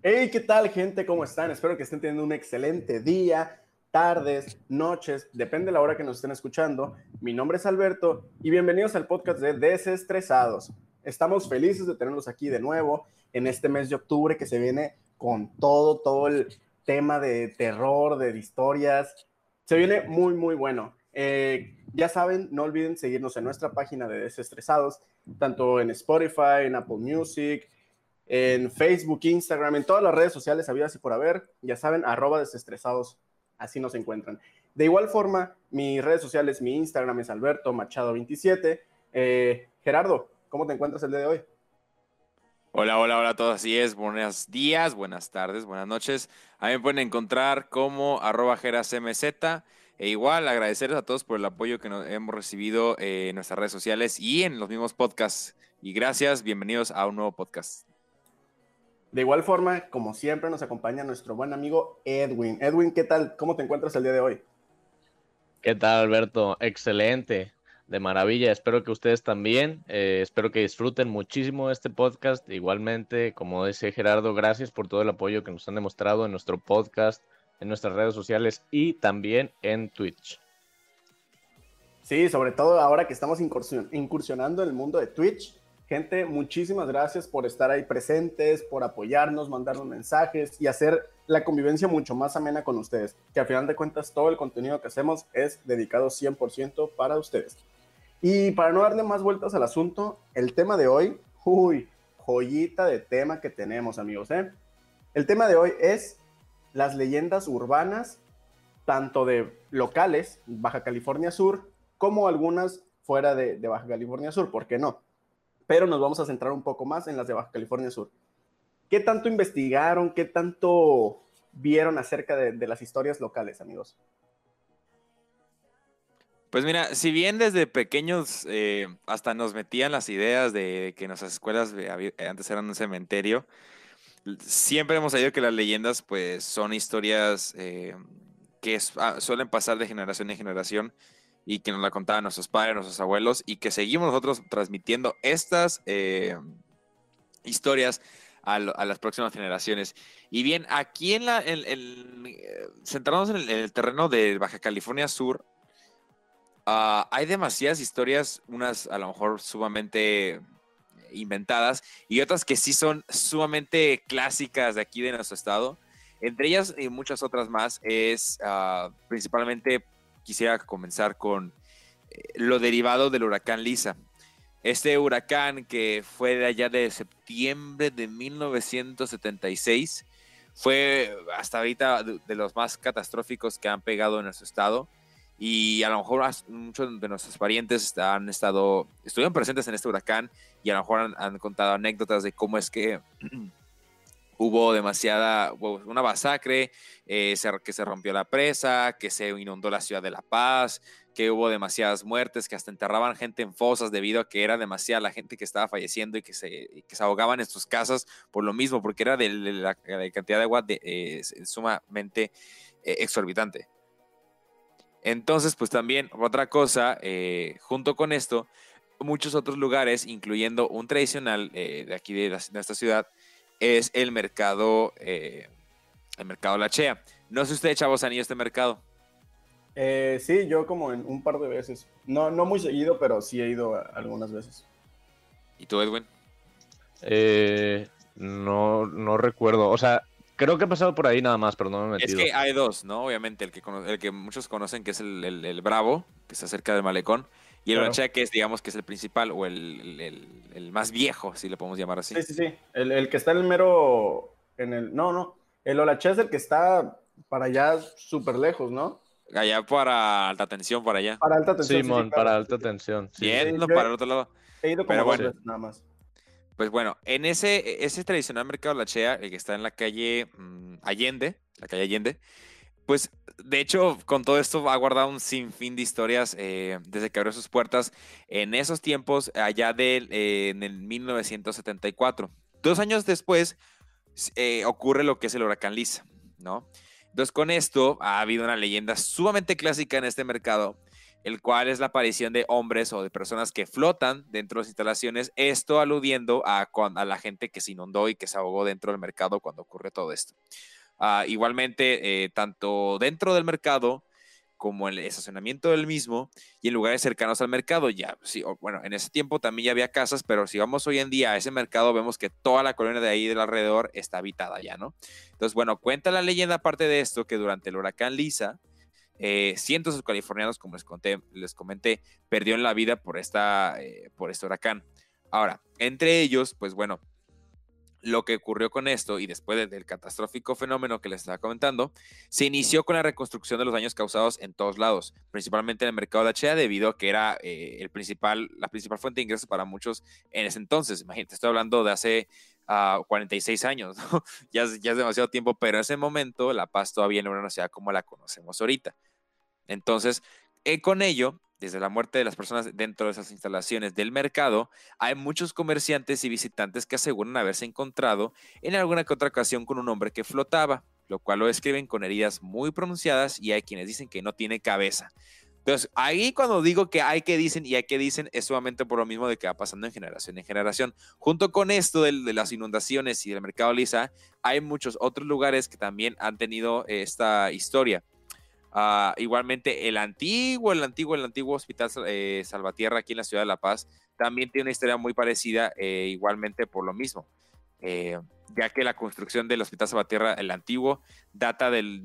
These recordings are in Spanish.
Hey, ¿qué tal, gente? ¿Cómo están? Espero que estén teniendo un excelente día, tardes, noches, depende de la hora que nos estén escuchando. Mi nombre es Alberto y bienvenidos al podcast de Desestresados. Estamos felices de tenerlos aquí de nuevo en este mes de octubre que se viene con todo el tema de terror, de historias. Se viene muy bueno. Ya saben, no olviden seguirnos en nuestra página de Desestresados, tanto en Spotify, en Apple Music, en Facebook, Instagram, en todas las redes sociales habidas y por haber, ya saben, @desestresados, así nos encuentran. De igual forma, mis redes sociales, mi Instagram es Alberto Machado 27. Gerardo, ¿cómo te encuentras el día de hoy? Hola a todos, así es, buenos días, buenas tardes, buenas noches. A mí me pueden encontrar como @gerasmz e igual agradecerles a todos por el apoyo que hemos recibido en nuestras redes sociales y en los mismos podcasts. Y gracias, bienvenidos a un nuevo podcast. De igual forma, como siempre, nos acompaña nuestro buen amigo Edwin. Edwin, ¿qué tal? ¿Cómo te encuentras el día de hoy? ¿Qué tal, Alberto? Excelente, de maravilla. Espero que ustedes también. Espero que disfruten muchísimo este podcast. Igualmente, como dice Gerardo, gracias por todo el apoyo que nos han demostrado en nuestro podcast, en nuestras redes sociales y también en Twitch. Sí, sobre todo ahora que estamos incursionando en el mundo de Twitch. Gente, muchísimas gracias por estar ahí presentes, por apoyarnos, mandarnos mensajes y hacer la convivencia mucho más amena con ustedes. Que al final de cuentas todo el contenido que hacemos es dedicado 100% para ustedes. Y para no darle más vueltas al asunto, el tema de hoy, joyita de tema que tenemos, amigos, ¿eh? El tema de hoy es las leyendas urbanas, tanto de locales, Baja California Sur, como algunas fuera de Baja California Sur, ¿por qué no? Pero nos vamos a centrar un poco más en las de Baja California Sur. ¿Qué tanto investigaron? ¿Qué tanto vieron acerca de las historias locales, amigos? Pues mira, si bien desde pequeños hasta nos metían las ideas de que nuestras escuelas antes eran un cementerio, siempre hemos sabido que las leyendas pues son historias que suelen pasar de generación en generación y que nos la contaban nuestros padres, nuestros abuelos y que seguimos nosotros transmitiendo estas historias a las próximas generaciones. Y bien, aquí centrándonos en el terreno de Baja California Sur, hay demasiadas historias, unas a lo mejor sumamente inventadas y otras que sí son sumamente clásicas de aquí de nuestro estado. Entre ellas y muchas otras más principalmente quisiera comenzar con lo derivado del huracán Lisa. Este huracán que fue de allá de septiembre de 1976 fue hasta ahorita de los más catastróficos que han pegado en nuestro estado. Y a lo mejor muchos de nuestros parientes estuvieron presentes en este huracán y a lo mejor han contado anécdotas de cómo es que hubo una masacre, que se rompió la presa, que se inundó la ciudad de La Paz, que hubo demasiadas muertes, que hasta enterraban gente en fosas debido a que era demasiada la gente que estaba falleciendo y que se ahogaban en sus casas por lo mismo, porque era de la cantidad de agua sumamente exorbitante. Entonces, pues también otra cosa, junto con esto, muchos otros lugares, incluyendo un tradicional de aquí de esta ciudad, es el mercado La Chea. No sé ustedes, chavos, han ido a este mercado. Sí, yo como en un par de veces. No muy seguido, pero sí he ido algunas veces. ¿Y tú, Edwin? No recuerdo. O sea, creo que he pasado por ahí nada más, pero no me he Es metido. que hay dos, ¿no? Obviamente, el que muchos conocen, que es el Bravo, que está cerca del Malecón, y el Claro. La Chea, que es, digamos, que es el principal o el más viejo, si le podemos llamar así. Sí. El que está en el mero. No. El Olache es el que está para allá súper lejos, ¿no? Allá para alta tensión, para allá. Para alta tensión, sí, Simón, claro. para alta tensión. Sí. Sí, Yendo yo para el otro lado. he ido como Pero dos bueno, Sí. veces nada más. pues bueno, en ese tradicional mercado La Chea, el que está en la calle Allende, la calle Allende, pues de hecho con todo esto ha guardado un sinfín de historias desde que abrió sus puertas en esos tiempos, en el 1974. 2 años después ocurre lo que es el huracán Lisa, ¿no? Entonces con esto ha habido una leyenda sumamente clásica en este mercado, el cual es la aparición de hombres o de personas que flotan dentro de las instalaciones, esto aludiendo a la gente que se inundó y que se ahogó dentro del mercado cuando ocurrió todo esto. Igualmente, tanto dentro del mercado como en el estacionamiento del mismo y en lugares cercanos al mercado. Ya, sí, bueno, en ese tiempo también ya había casas, pero si vamos hoy en día a ese mercado, vemos que toda la colonia de ahí del alrededor está habitada ya, ¿no? Entonces, bueno, cuenta la leyenda aparte de esto que durante el huracán Lisa, cientos de californianos, como les comenté, perdieron la vida por este huracán. Ahora, entre ellos, pues bueno, lo que ocurrió con esto y después del catastrófico fenómeno que les estaba comentando, se inició con la reconstrucción de los daños causados en todos lados, principalmente en el mercado de H.A. debido a que era la principal fuente de ingresos para muchos en ese entonces. Imagínate, estoy hablando de hace 46 años, ¿no? ya es demasiado tiempo, pero en ese momento La Paz todavía no era una ciudad como la conocemos ahorita. Entonces, con ello, desde la muerte de las personas dentro de esas instalaciones del mercado, hay muchos comerciantes y visitantes que aseguran haberse encontrado en alguna que otra ocasión con un hombre que flotaba, lo cual lo describen con heridas muy pronunciadas y hay quienes dicen que no tiene cabeza. Entonces, ahí cuando digo que hay que dicen y hay que dicen es sumamente por lo mismo de que va pasando en generación en generación. Junto con esto de las inundaciones y del mercado Lisa, hay muchos otros lugares que también han tenido esta historia. Igualmente el antiguo Hospital Salvatierra aquí en la ciudad de La Paz también tiene una historia muy parecida, igualmente por lo mismo, ya que la construcción del Hospital Salvatierra, el antiguo, data del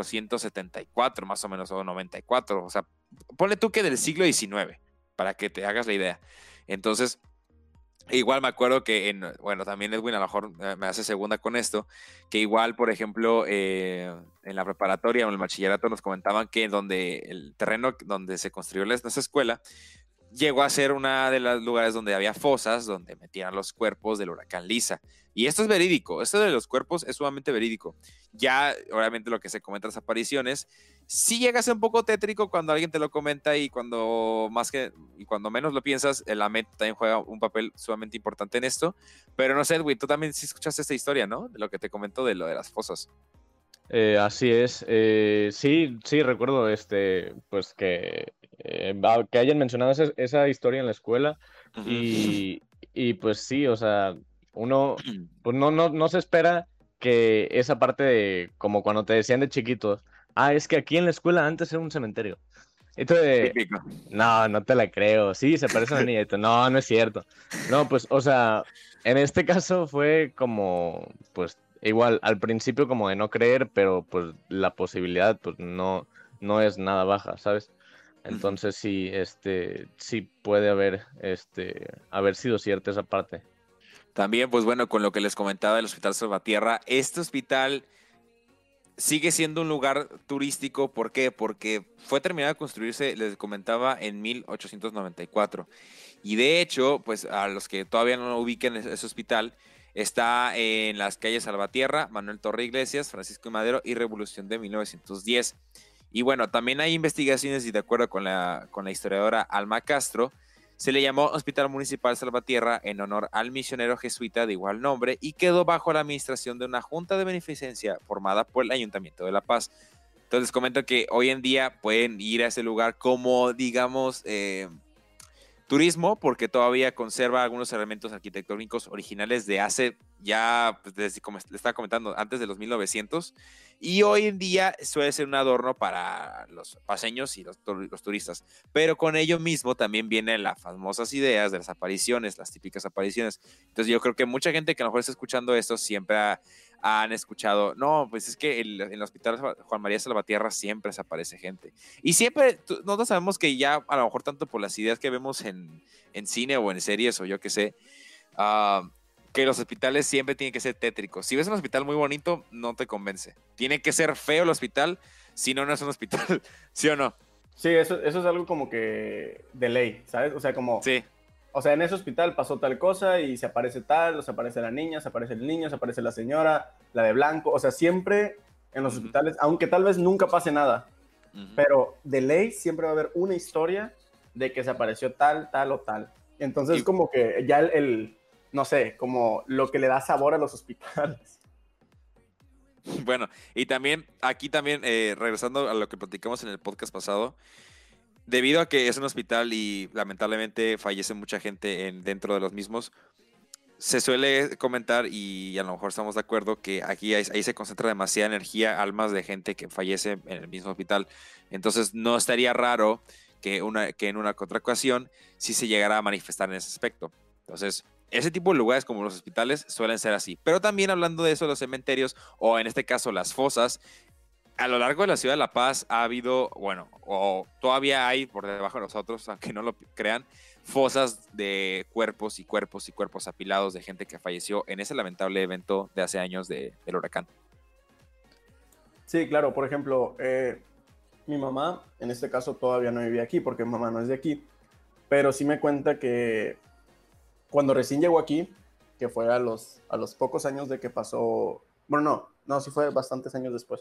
1874 más o menos, o 94, o sea, ponle tú que del siglo XIX, para que te hagas la idea. Entonces, igual me acuerdo que, bueno, también Edwin a lo mejor me hace segunda con esto, que igual, por ejemplo, en la preparatoria o en el bachillerato nos comentaban que el terreno donde se construyó esa escuela llegó a ser uno de los lugares donde había fosas, donde metían los cuerpos del huracán Lisa. Y esto es verídico, esto de los cuerpos es sumamente verídico. Ya, obviamente, lo que se comenta en las apariciones, sí llega a ser un poco tétrico cuando alguien te lo comenta y cuando menos lo piensas, la mente también juega un papel sumamente importante en esto. Pero no sé, Edwin, tú también sí escuchaste esta historia, ¿no? De lo que te comento de lo de las fosas. Así es. Sí, recuerdo pues que hayan mencionado esa historia en la escuela y pues sí, o sea, uno pues no se espera que esa parte de, como cuando te decían de chiquitos, es que aquí en la escuela antes era un cementerio. Entonces, Típico. no te la creo. Sí, se parece a una niña. No es cierto. No, pues, o sea, en este caso fue como, pues, igual, al principio como de no creer, pero pues la posibilidad, pues, no es nada baja, ¿sabes? Entonces sí puede haber sido cierta esa parte. También, pues bueno, con lo que les comentaba del Hospital Salvatierra, este hospital sigue siendo un lugar turístico. ¿Por qué? Porque fue terminado de construirse, les comentaba, en 1894. Y de hecho, pues a los que todavía no ubiquen ese hospital, está en las calles Salvatierra, Manuel Torre Iglesias, Francisco y Madero y Revolución de 1910. Y bueno, también hay investigaciones y de acuerdo con la historiadora Alma Castro, se le llamó Hospital Municipal Salvatierra en honor al misionero jesuita de igual nombre y quedó bajo la administración de una junta de beneficencia formada por el Ayuntamiento de La Paz. Entonces comento que hoy en día pueden ir a ese lugar como, digamos, turismo, porque todavía conserva algunos elementos arquitectónicos originales de hace ya, pues, desde, como le estaba comentando, antes de los 1900, y hoy en día suele ser un adorno para los paseños y los turistas, pero con ello mismo también vienen las famosas ideas de las apariciones, las típicas apariciones. Entonces yo creo que mucha gente que a lo mejor está escuchando esto siempre han escuchado, no, pues es que en el Hospital Juan María Salvatierra siempre se aparece gente. Y siempre, nosotros sabemos que ya a lo mejor tanto por las ideas que vemos en cine o en series o yo qué sé, que los hospitales siempre tienen que ser tétricos. Si ves un hospital muy bonito, no te convence. Tiene que ser feo el hospital, si no, no es un hospital. ¿Sí o no? Sí, eso es algo como que de ley, ¿sabes? O sea, Sí. O sea, en ese hospital pasó tal cosa y se aparece tal, o se aparece la niña, se aparece el niño, se aparece la señora, la de blanco. O sea, siempre en los hospitales, aunque tal vez nunca pase nada, pero de ley siempre va a haber una historia de que se apareció tal, tal o tal. Entonces, como que ya no sé, como lo que le da sabor a los hospitales. Bueno, y también, aquí también, regresando a lo que platicamos en el podcast pasado, debido a que es un hospital y lamentablemente fallece mucha gente dentro de los mismos, se suele comentar, y a lo mejor estamos de acuerdo, que ahí se concentra demasiada energía, almas de gente que fallece en el mismo hospital. Entonces no estaría raro que en una otra ocasión sí se llegara a manifestar en ese aspecto. Entonces, ese tipo de lugares como los hospitales suelen ser así. Pero también hablando de eso, los cementerios, o en este caso las fosas, a lo largo de la ciudad de La Paz ha habido, bueno, o todavía hay por debajo de nosotros, aunque no lo crean, fosas de cuerpos y cuerpos y cuerpos apilados de gente que falleció en ese lamentable evento de hace años del huracán. Sí, claro, por ejemplo, mi mamá, en este caso todavía no vivía aquí porque mi mamá no es de aquí, pero sí me cuenta que cuando recién llegó aquí, que fue a los pocos años de que pasó, bueno, no, sí fue bastantes años después,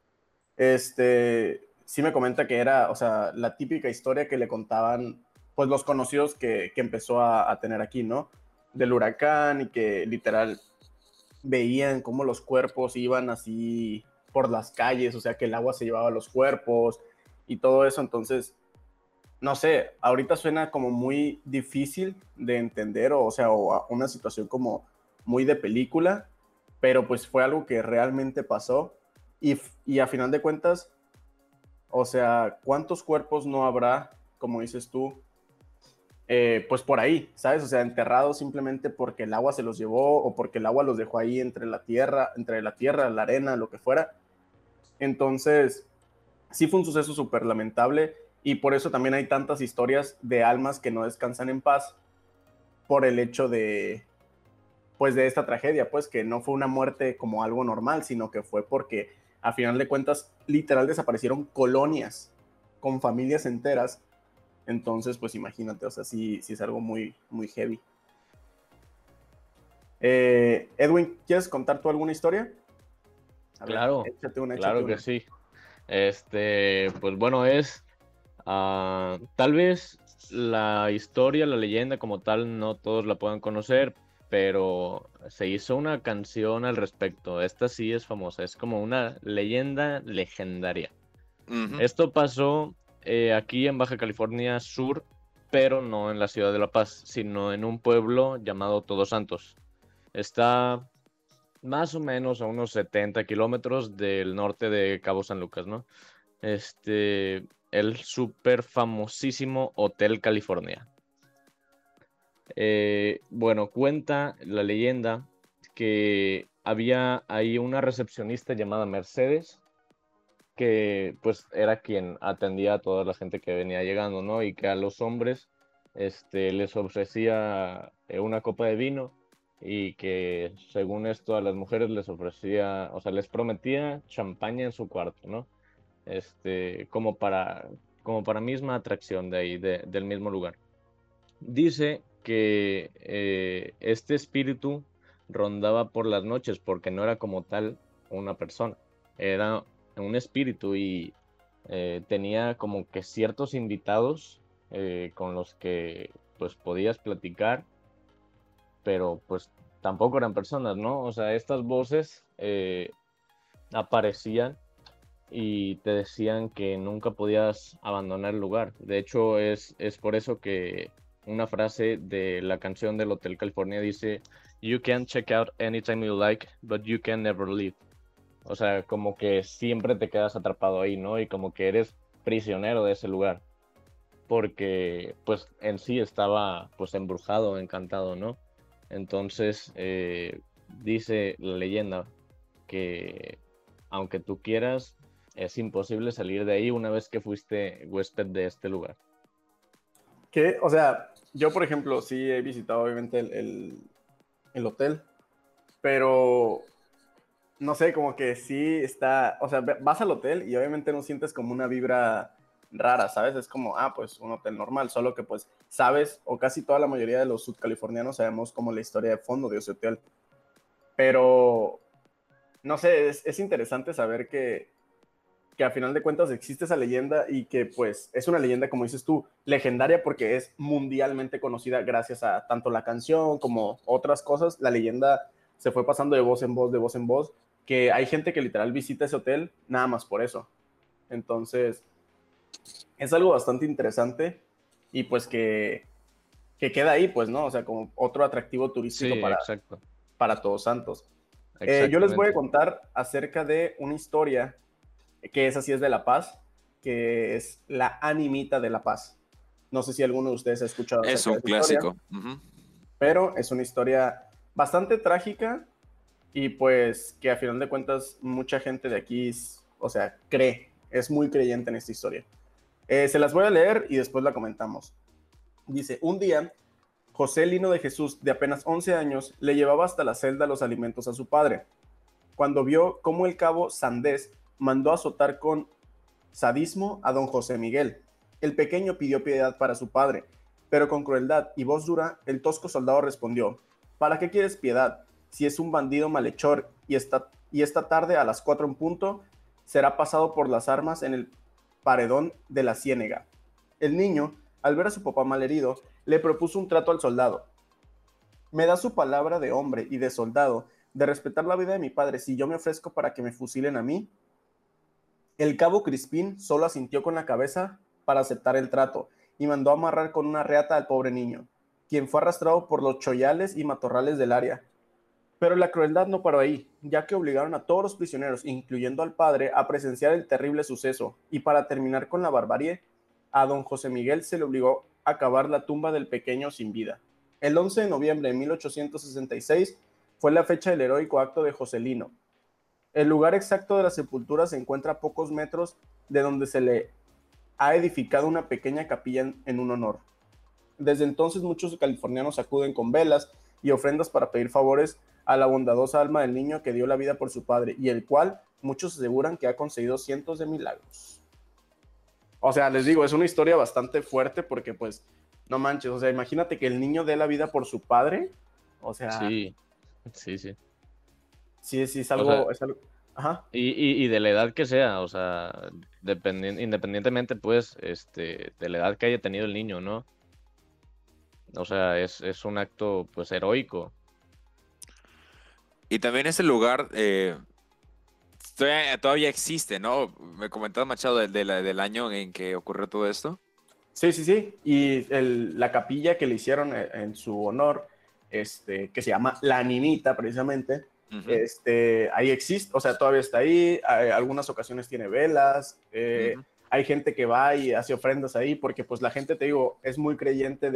sí me comenta que era, o sea, la típica historia que le contaban, pues los conocidos que empezó a tener aquí, ¿no? Del huracán y que literal veían cómo los cuerpos iban así por las calles, o sea, que el agua se llevaba a los cuerpos y todo eso. Entonces, no sé, ahorita suena como muy difícil de entender, o sea, o una situación como muy de película, pero pues fue algo que realmente pasó y a final de cuentas, o sea, ¿cuántos cuerpos no habrá, como dices tú, pues por ahí, ¿sabes? O sea, enterrados simplemente porque el agua se los llevó o porque el agua los dejó ahí entre la tierra, la arena, lo que fuera. Entonces, sí fue un suceso súper lamentable y por eso también hay tantas historias de almas que no descansan en paz por el hecho pues de esta tragedia, pues que no fue una muerte como algo normal, sino que fue porque a final de cuentas literal desaparecieron colonias con familias enteras. Entonces, pues imagínate, o sea, sí es algo muy, muy heavy. Edwin, ¿quieres contar tú alguna historia? A ver, Claro, échate una, échate claro que una. sí. Pues bueno, tal vez la historia, la leyenda como tal, no todos la puedan conocer, pero se hizo una canción al respecto. Esta sí es famosa, es como una leyenda legendaria. Ujú. Esto pasó aquí en Baja California Sur, pero no en la ciudad de La Paz, sino en un pueblo llamado Todos Santos. Está más o menos a unos 70 kilómetros del norte de Cabo San Lucas, ¿no? El súper famosísimo Hotel California. Bueno, cuenta la leyenda que había ahí una recepcionista llamada Mercedes, que pues era quien atendía a toda la gente que venía llegando, ¿no? Y que a los hombres les ofrecía una copa de vino y que según esto a las mujeres les ofrecía, o sea, les prometía champaña en su cuarto, ¿no? Como para misma atracción de ahí, del mismo lugar. Dice que este espíritu rondaba por las noches porque no era como tal una persona, era un espíritu y tenía como que ciertos invitados con los que pues podías platicar, pero pues tampoco eran personas, ¿no? O sea, estas voces aparecían y te decían que nunca podías abandonar el lugar. De hecho, es por eso que una frase de la canción del Hotel California dice: "You can check out anytime you like, but you can never leave". O sea, como que siempre te quedas atrapado ahí, ¿no? Y como que eres prisionero de ese lugar. Porque, pues, en sí estaba, pues, embrujado, encantado, ¿no? Entonces, dice la leyenda que aunque tú quieras, es imposible salir de ahí una vez que fuiste huésped de este lugar. Que, o sea, yo por ejemplo sí he visitado obviamente el hotel, pero no sé, como que sí está, o sea, vas al hotel y obviamente no sientes como una vibra rara, ¿sabes? Es como, pues un hotel normal, solo que pues sabes, o casi toda la mayoría de los sudcalifornianos sabemos como la historia de fondo de ese hotel, pero no sé, es interesante saber que a final de cuentas existe esa leyenda y que pues es una leyenda, como dices tú, legendaria porque es mundialmente conocida gracias a tanto la canción como otras cosas. La leyenda se fue pasando de voz en voz, de voz en voz, que hay gente que literal visita ese hotel nada más por eso. Entonces, es algo bastante interesante y pues que queda ahí, pues, ¿no? O sea, como otro atractivo turístico Sí, exacto. para Todos Santos. Yo les voy a Exactamente. contar acerca de una historia que esa sí es de La Paz, que es la Animita de La Paz. No sé si alguno de ustedes ha escuchado Es acerca de un esa historia, clásico. Ujú. pero es una historia bastante trágica y pues que a final de cuentas mucha gente de aquí, o sea, es muy creyente en esta historia. Se las voy a leer y después la comentamos. Dice, un día, José Lino de Jesús, de apenas 11 años, le llevaba hasta la celda los alimentos a su padre. Cuando vio cómo el cabo Sandés mandó azotar con sadismo a don José Miguel, el pequeño pidió piedad para su padre, pero con crueldad y voz dura, el tosco soldado respondió, ¿para qué quieres piedad? Si es un bandido malhechor y esta tarde a las 4 en punto será pasado por las armas en el paredón de la ciénega. El niño, al ver a su papá malherido, le propuso un trato al soldado. Me da su palabra de hombre y de soldado de respetar la vida de mi padre si yo me ofrezco para que me fusilen a mí. El cabo Crispín solo asintió con la cabeza para aceptar el trato y mandó amarrar con una reata al pobre niño, quien fue arrastrado por los chollales y matorrales del área. Pero la crueldad no paró ahí, ya que obligaron a todos los prisioneros, incluyendo al padre, a presenciar el terrible suceso, y para terminar con la barbarie, a don José Miguel se le obligó a cavar la tumba del pequeño sin vida. El 11 de noviembre de 1866 fue la fecha del heroico acto de Joselino. El lugar exacto de la sepultura se encuentra a pocos metros de donde se le ha edificado una pequeña capilla en un honor. Desde entonces muchos californianos acuden con velas y ofrendas para pedir favores a la bondadosa alma del niño que dio la vida por su padre y el cual muchos aseguran que ha concedido cientos de milagros. O sea, les digo, es una historia bastante fuerte porque pues, no manches, o sea, imagínate que el niño dé la vida por su padre, o sea, Sí, sí, sí. sí es O sea, algo, ajá. y de la edad que sea, o sea, independientemente, pues, de la edad que haya tenido el niño, ¿no? O sea, es un acto, pues, heroico. Y también ese lugar todavía existe, ¿no? Me comentaba Machado del año en que ocurrió todo esto. Sí. Y la capilla que le hicieron en su honor, que se llama La Ninita, precisamente, Ujú, ahí existe, o sea, todavía está ahí. Algunas ocasiones tiene velas. ujú. Hay gente que va y hace ofrendas ahí, porque pues la gente, te digo, es muy creyente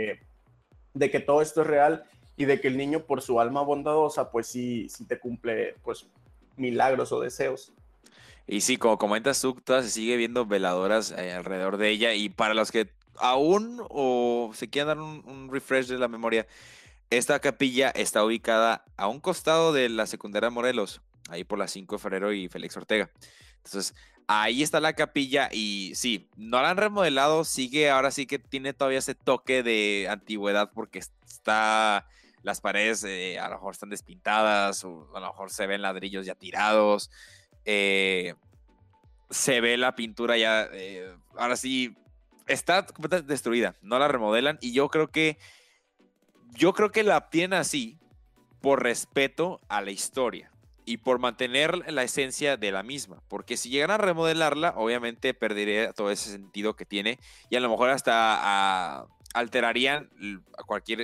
de que todo esto es real y de que el niño, por su alma bondadosa, pues sí te cumple, pues, milagros o deseos. Y sí, como comentas tú, todavía se sigue viendo veladoras alrededor de ella. Y para los que aún o se quieran dar un refresh de la memoria, esta capilla está ubicada a un costado de la secundaria Morelos, ahí por la 5 de febrero y Félix Ortega. Entonces, ahí está la capilla y sí, no la han remodelado, sigue, ahora sí que tiene todavía ese toque de antigüedad porque está, las paredes a lo mejor están despintadas o a lo mejor se ven ladrillos ya tirados. eh, Se ve la pintura ya, ahora sí, está completamente destruida, no la remodelan y yo creo que la tienen así por respeto a la historia y por mantener la esencia de la misma, porque si llegan a remodelarla, obviamente perdería todo ese sentido que tiene y a lo mejor hasta alterarían a cualquier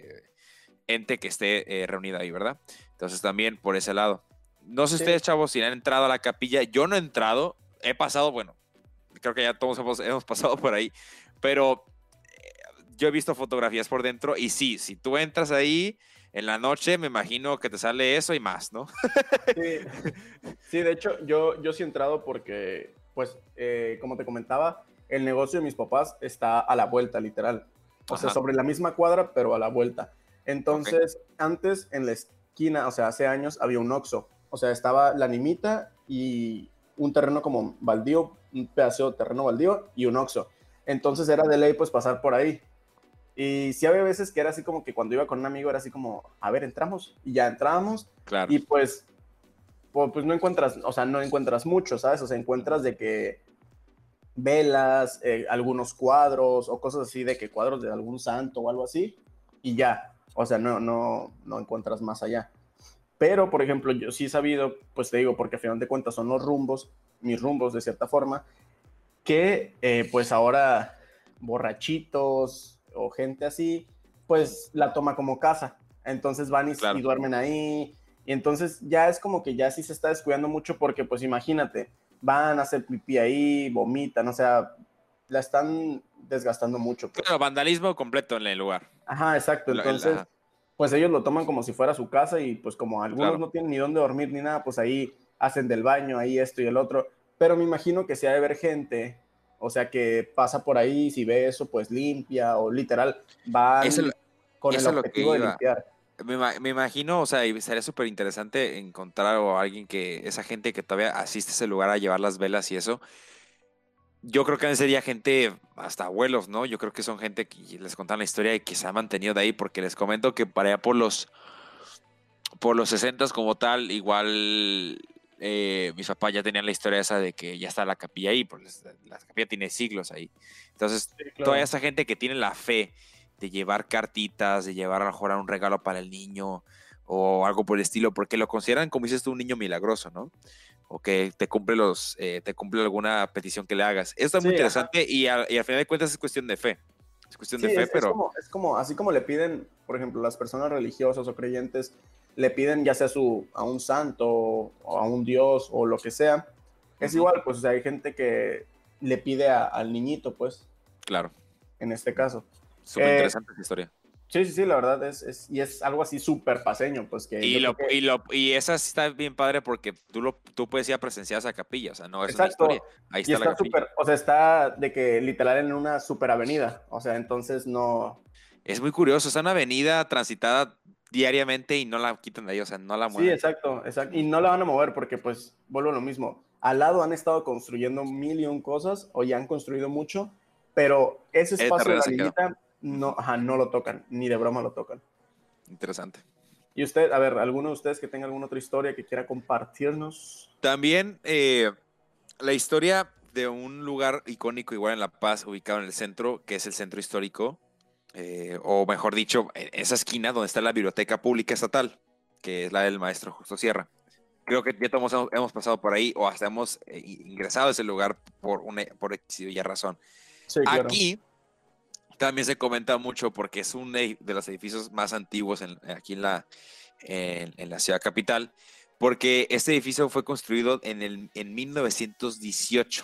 ente que esté reunido ahí, ¿verdad? Entonces también por ese lado. No sé Sí, ustedes, chavos, si han entrado a la capilla. Yo no he entrado, he pasado, bueno, creo que ya todos hemos pasado por ahí, pero yo he visto fotografías por dentro y sí, si tú entras ahí en la noche, me imagino que te sale eso y más, ¿no? sí, sí, de hecho, yo sí he entrado porque, pues, como te comentaba, el negocio de mis papás está a la vuelta, literal. O sea, Ajá, sobre la misma cuadra, pero a la vuelta. ok. Entonces, antes en la esquina, o sea, hace años, había un Oxxo. O sea, estaba la Nimita y un terreno como baldío, un pedazo de terreno baldío y un Oxxo. Entonces era de ley, pues, pasar por ahí. Y sí había veces que era así como que cuando iba con un amigo era así como, a ver, entramos. Y ya entramos. Claro. Y pues no encuentras, o sea, no encuentras mucho, ¿sabes? O sea, encuentras de que velas, algunos cuadros o cosas así, de que cuadros de algún santo o algo así, y ya, o sea, no encuentras más allá. Pero, por ejemplo, yo sí he sabido, pues te digo, porque al final de cuentas son los rumbos, mis rumbos de cierta forma, que pues ahora borrachitos o gente así, pues la toma como casa. Entonces van y duermen ahí. Y entonces ya es como que ya sí se está descuidando mucho porque pues imagínate, van a hacer pipí ahí, vomitan, o sea, la están desgastando mucho. Pues. Claro, vandalismo completo en el lugar. Ajá, exacto. Entonces, pues ellos lo toman como si fuera su casa y pues como algunos no tienen ni dónde dormir ni nada, pues ahí hacen del baño, ahí esto y el otro. Pero me imagino que si ha de haber gente, o sea, que pasa por ahí, si ve eso, pues limpia o literal, van con el objetivo de limpiar. Me imagino, o sea, y sería súper interesante encontrar a alguien esa gente que todavía asiste a ese lugar a llevar las velas y eso. Yo creo que sería gente, hasta abuelos, ¿no? Yo creo que son gente que les contan la historia y que se ha mantenido de ahí, porque les comento que para allá por los 60 como tal, igual mis papás ya tenían la historia esa de que ya está la capilla ahí, pues la capilla tiene siglos ahí. Entonces, Sí, claro. toda esa gente que tiene la fe de llevar cartitas, de llevar a lo mejor un regalo para el niño o algo por el estilo, porque lo consideran, como dices tú, un niño milagroso, ¿no? O que te cumple alguna petición que le hagas. Esto es muy interesante y al final de cuentas es cuestión de fe. Es cuestión de fe, pero... Es como, así como le piden, por ejemplo, las personas religiosas o creyentes, le piden ya sea a un santo o a un dios o lo que sea. Es igual, pues, o sea, hay gente que le pide al niñito, pues. Claro. En este caso. Súper interesante esa historia. Sí, la verdad y es algo así súper paseño, pues que... Y esa sí está bien padre porque tú puedes ir a presenciar esa capilla, o sea, no es una historia. Ahí está, la capilla. O sea, está de que literal en una super avenida, o sea, entonces no... Es muy curioso, es una avenida transitada diariamente y no la quitan de ahí, o sea, no la mueven. Sí, exacto, y no la van a mover porque pues vuelvo a lo mismo. Al lado han estado construyendo 1,000,000 cosas o ya han construido mucho, pero ese espacio de la villita no lo tocan, ni de broma lo tocan. Interesante. Y usted, a ver, ¿alguno de ustedes que tenga alguna otra historia que quiera compartirnos? También la historia de un lugar icónico igual en La Paz, ubicado en el centro, que es el centro histórico, o mejor dicho, en esa esquina donde está la biblioteca pública estatal, que es la del maestro Justo Sierra. Creo que ya todos hemos pasado por ahí o hasta hemos ingresado a ese lugar por X y razón. Sí, claro. Aquí también se comenta mucho porque es uno de los edificios más antiguos aquí en la ciudad capital, porque este edificio fue construido en 1918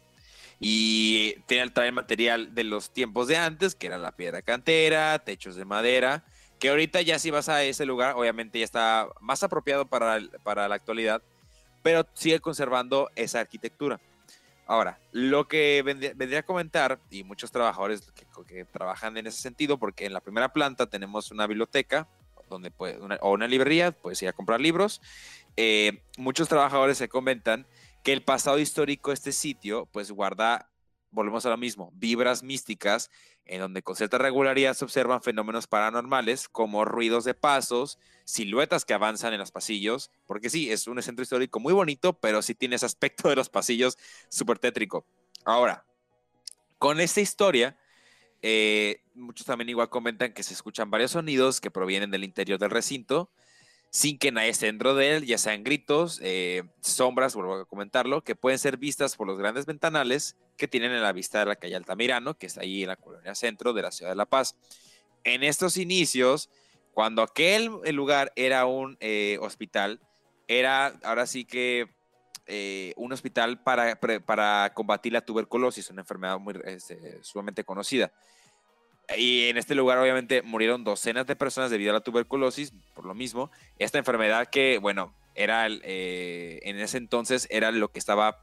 y trae material de los tiempos de antes, que era la piedra cantera, techos de madera, que ahorita ya si vas a ese lugar, obviamente ya está más apropiado para la actualidad, pero sigue conservando esa arquitectura. Ahora, lo que vendría a comentar, y muchos trabajadores que trabajan en ese sentido, porque en la primera planta tenemos una biblioteca donde o una librería, puedes ir a comprar libros. Muchos trabajadores se comentan que el pasado histórico de este sitio, pues guarda, volvemos a lo mismo, vibras místicas, en donde con cierta regularidad se observan fenómenos paranormales como ruidos de pasos, siluetas que avanzan en los pasillos, porque sí, es un centro histórico muy bonito, pero sí tiene ese aspecto de los pasillos súper tétrico. Ahora, con esta historia, muchos también igual comentan que se escuchan varios sonidos que provienen del interior del recinto, sin que nadie esté dentro de él, ya sean gritos, sombras, vuelvo a comentarlo, que pueden ser vistas por los grandes ventanales que tienen en la vista de la calle Altamirano, que está ahí en la colonia centro de la ciudad de La Paz. En estos inicios, cuando el lugar era un hospital, era ahora sí que un hospital para combatir la tuberculosis, una enfermedad sumamente conocida. Y en este lugar obviamente murieron docenas de personas debido a la tuberculosis, por lo mismo. Esta enfermedad que, bueno, era en ese entonces era lo que estaba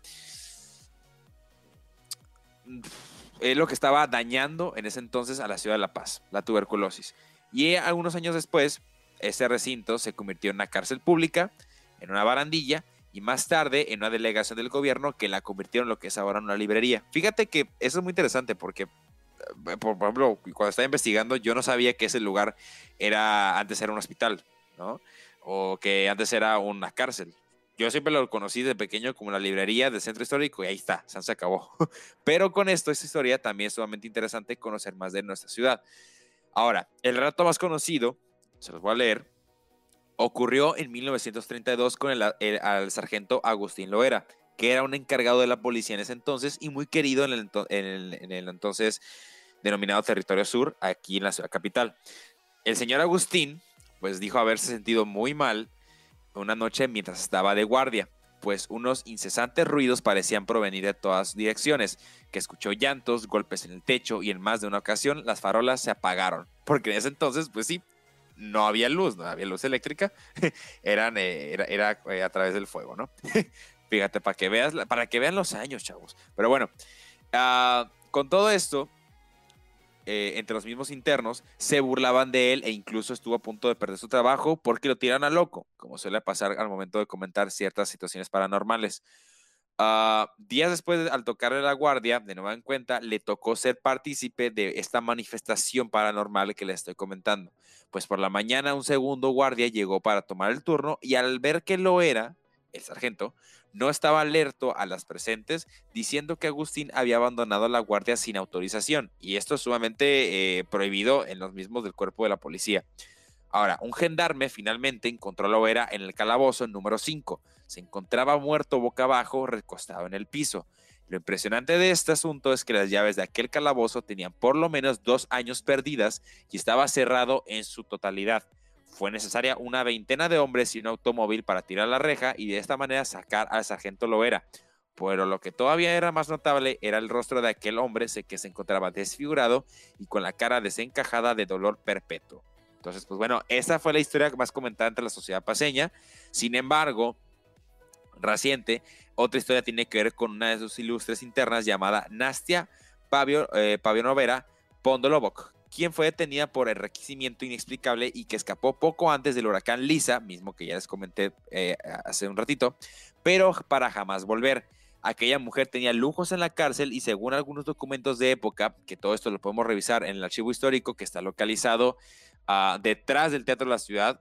dañando en ese entonces a la ciudad de La Paz, la tuberculosis. Y algunos años después, ese recinto se convirtió en una cárcel pública, en una barandilla, y más tarde en una delegación del gobierno que la convirtieron en lo que es ahora una librería. Fíjate que eso es muy interesante porque por ejemplo, cuando estaba investigando, yo no sabía que ese lugar antes era un hospital, ¿no? O que antes era una cárcel. Yo siempre lo conocí de pequeño como la librería del centro histórico y ahí está, se acabó. Pero con esta historia también es sumamente interesante conocer más de nuestra ciudad. Ahora, el relato más conocido, se los voy a leer, ocurrió en 1932 con al sargento Agustín Loera, que era un encargado de la policía en ese entonces y muy querido en el entonces denominado Territorio Sur, aquí en la ciudad capital. El señor Agustín, pues dijo haberse sentido muy mal una noche mientras estaba de guardia, pues unos incesantes ruidos parecían provenir de todas direcciones, que escuchó llantos, golpes en el techo y en más de una ocasión las farolas se apagaron, porque en ese entonces, pues sí, no había luz eléctrica, era a través del fuego, ¿no? Fíjate, para que vean los años, chavos. Pero bueno, con todo esto, entre los mismos internos, se burlaban de él e incluso estuvo a punto de perder su trabajo porque lo tiran a loco, como suele pasar al momento de comentar ciertas situaciones paranormales. Días después, al tocarle la guardia, de nueva en cuenta, le tocó ser partícipe de esta manifestación paranormal que le estoy comentando. Pues por la mañana un segundo guardia llegó para tomar el turno y al ver que lo era, el sargento, no estaba alerta a las presentes, diciendo que Agustín había abandonado la guardia sin autorización, y esto es sumamente prohibido en los mismos del cuerpo de la policía. Ahora, un gendarme finalmente encontró a Lovera en el calabozo número 5. Se encontraba muerto boca abajo, recostado en el piso. Lo impresionante de este asunto es que las llaves de aquel calabozo tenían por lo menos 2 años perdidas y estaba cerrado en su totalidad. Fue necesaria una veintena de hombres y un automóvil para tirar la reja y de esta manera sacar al sargento Lovera. Pero lo que todavía era más notable era el rostro de aquel hombre que se encontraba desfigurado y con la cara desencajada de dolor perpetuo. Entonces, pues bueno, esa fue la historia más comentada entre la sociedad paceña. Sin embargo, reciente, otra historia tiene que ver con una de sus ilustres internas llamada Nastia Pavionovera Pondolovoc, quien fue detenida por enriquecimiento inexplicable y que escapó poco antes del huracán Lisa, mismo que ya les comenté hace un ratito, pero para jamás volver. Aquella mujer tenía lujos en la cárcel y según algunos documentos de época, que todo esto lo podemos revisar en el archivo histórico que está localizado detrás del Teatro de la Ciudad,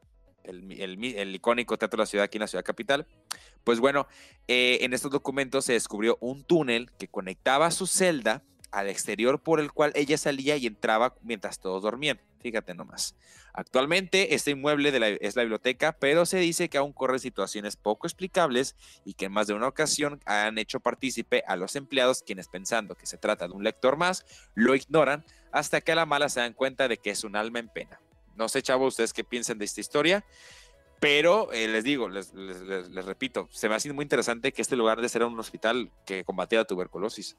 el icónico Teatro de la Ciudad aquí en la ciudad capital. Pues bueno, en estos documentos se descubrió un túnel que conectaba su celda al exterior por el cual ella salía y entraba mientras todos dormían. Fíjate nomás. Actualmente este inmueble es la biblioteca, pero se dice que aún corren situaciones poco explicables y que en más de una ocasión han hecho partícipe a los empleados quienes pensando que se trata de un lector más, lo ignoran hasta que a la mala se dan cuenta de que es un alma en pena. No sé, chavos, ustedes qué piensan de esta historia, pero les digo, les repito, se me ha sido muy interesante que este lugar de ser un hospital que combatía la tuberculosis.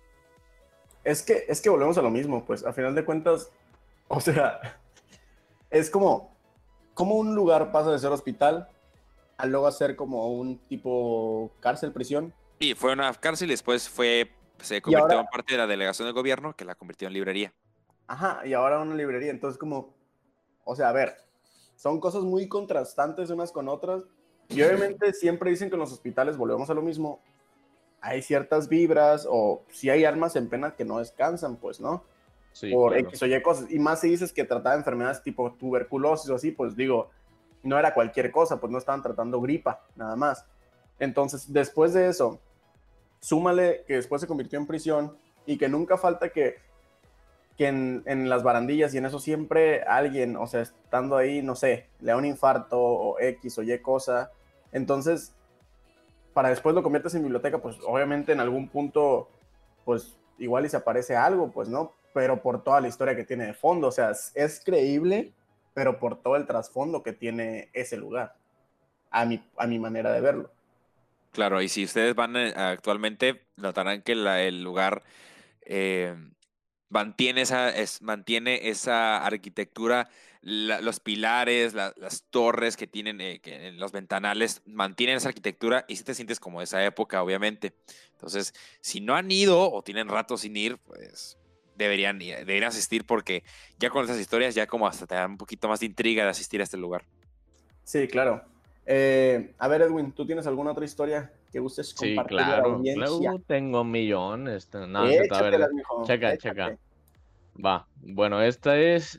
Es que volvemos a lo mismo, pues, a final de cuentas, o sea, es como un lugar pasa de ser hospital a luego a ser como un tipo cárcel, prisión. Sí, fue una cárcel y después se convirtió en parte de la delegación del gobierno, que la convirtió en librería. Ajá, y ahora una librería, entonces como, o sea, a ver, son cosas muy contrastantes unas con otras, y obviamente siempre dicen que en los hospitales, volvemos a lo mismo, hay ciertas vibras, o si hay almas en pena que no descansan, pues, ¿no? Sí, por claro. X o Y cosas, y más si dices que trataba enfermedades tipo tuberculosis o así, pues digo, no era cualquier cosa, pues no estaban tratando gripa, nada más. Entonces, después de eso, súmale que después se convirtió en prisión y que nunca falta que en las barandillas y en eso siempre alguien, o sea, estando ahí, no sé, le da un infarto o X o Y cosa. Entonces, para después lo conviertes en biblioteca, pues obviamente en algún punto, pues igual y se aparece algo, pues no, pero por toda la historia que tiene de fondo, o sea, es creíble, pero por todo el trasfondo que tiene ese lugar, a mi manera de verlo. Claro, y si ustedes van actualmente, notarán que el lugar mantiene esa arquitectura, los pilares, las torres que tienen que en los ventanales, mantienen esa arquitectura y si te sientes como de esa época, obviamente. Entonces, si no han ido o tienen rato sin ir, pues deberían asistir porque ya con esas historias ya como hasta te dan un poquito más de intriga de asistir a este lugar. Sí, claro. A ver, Edwin, ¿tú tienes alguna otra historia que gustes Sí, compartir a la claro. audiencia? Tengo millones. No, a Échatelas, ver, mijo, checa. échate. Va. Bueno, esta es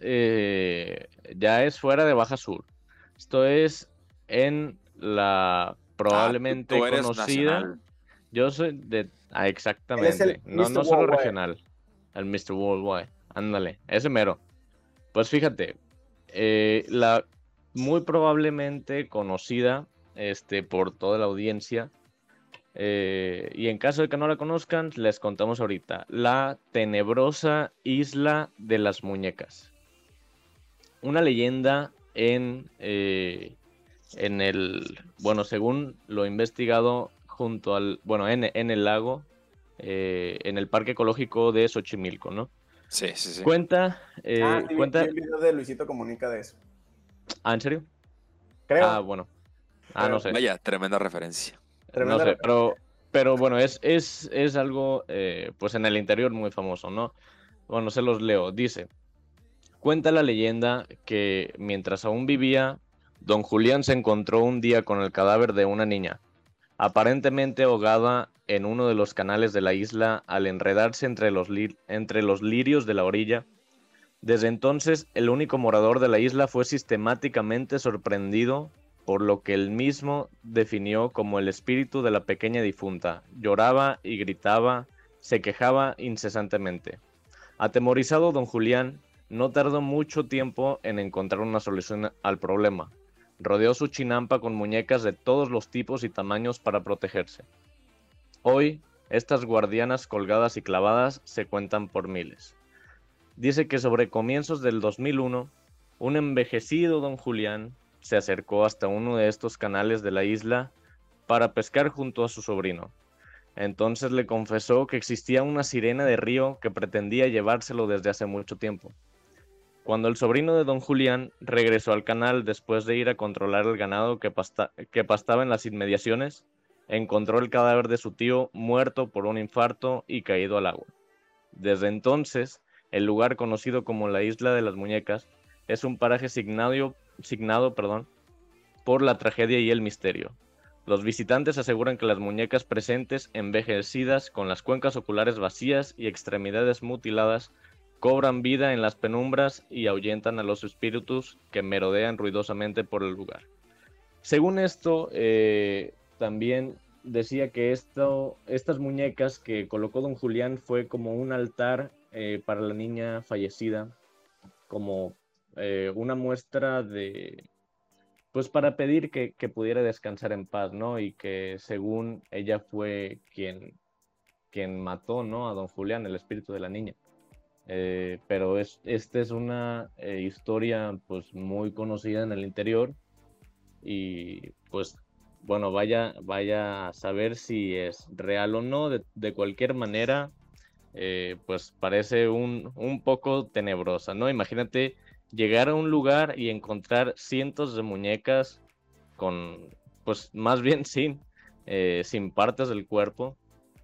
ya es fuera de Baja Sur. Esto es en la probablemente tú eres conocida. nacional. Yo soy Él es exactamente. el No, Mr. no solo Worldwide. regional. El Mr. Worldwide. Ándale, ese mero. Pues fíjate, muy probablemente conocida por toda la audiencia Y en caso de que no la conozcan, les contamos ahorita. La tenebrosa isla de las muñecas. Una leyenda en el, bueno, según lo he investigado junto al, bueno, en el lago, en el Parque Ecológico de Xochimilco, ¿no? Sí, sí, sí. Cuenta, Sí, vi cuenta, el video de Luisito Comunica de eso. ¿en serio? Ah, Creo, bueno, no creo. sé, Vaya, tremenda referencia. no Tremenda sé, referencia. pero bueno, es algo, pues en el interior muy famoso, ¿no? Bueno, se los leo, dice. Cuenta la leyenda que mientras aún vivía, don Julián se encontró un día con el cadáver de una niña, aparentemente ahogada en uno de los canales de la isla al enredarse entre los lirios de la orilla. Desde entonces, el único morador de la isla fue sistemáticamente sorprendido por lo que él mismo definió como el espíritu de la pequeña difunta. Lloraba y gritaba, se quejaba incesantemente. Atemorizado, don Julián no tardó mucho tiempo en encontrar una solución al problema. Rodeó su chinampa con muñecas de todos los tipos y tamaños para protegerse. Hoy, estas guardianas colgadas y clavadas se cuentan por miles. Dice que sobre comienzos del 2001, un envejecido don Julián se acercó hasta uno de estos canales de la isla para pescar junto a su sobrino. Entonces le confesó que existía una sirena de río que pretendía llevárselo desde hace mucho tiempo. Cuando el sobrino de don Julián regresó al canal después de ir a controlar el ganado que pastaba en las inmediaciones, encontró el cadáver de su tío muerto por un infarto y caído al agua. Desde entonces, el lugar conocido como la Isla de las Muñecas es un paraje signado, por la tragedia y el misterio. Los visitantes aseguran que las muñecas presentes, envejecidas, con las cuencas oculares vacías y extremidades mutiladas, cobran vida en las penumbras y ahuyentan a los espíritus que merodean ruidosamente por el lugar. Según esto, también decía que estas muñecas que colocó don Julián fue como un altar para la niña fallecida, como una muestra de, pues para pedir que pudiera descansar en paz, ¿no? Y que según ella fue quien mató, ¿no? A don Julián, el espíritu de la niña. Pero esta es una historia pues muy conocida en el interior y pues bueno, vaya a saber si es real o no. De cualquier manera, pues parece un poco tenebrosa, ¿no? Imagínate llegar a un lugar y encontrar cientos de muñecas con, pues más bien sin partes del cuerpo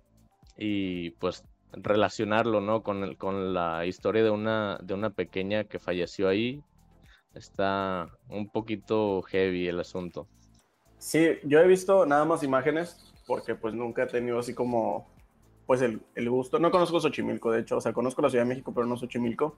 y pues relacionarlo, ¿no? Con la historia de una pequeña que falleció ahí. Está un poquito heavy el asunto. Sí, yo he visto nada más imágenes porque pues nunca he tenido así como pues el gusto. No conozco Xochimilco, de hecho, o sea, conozco la Ciudad de México, pero no Xochimilco.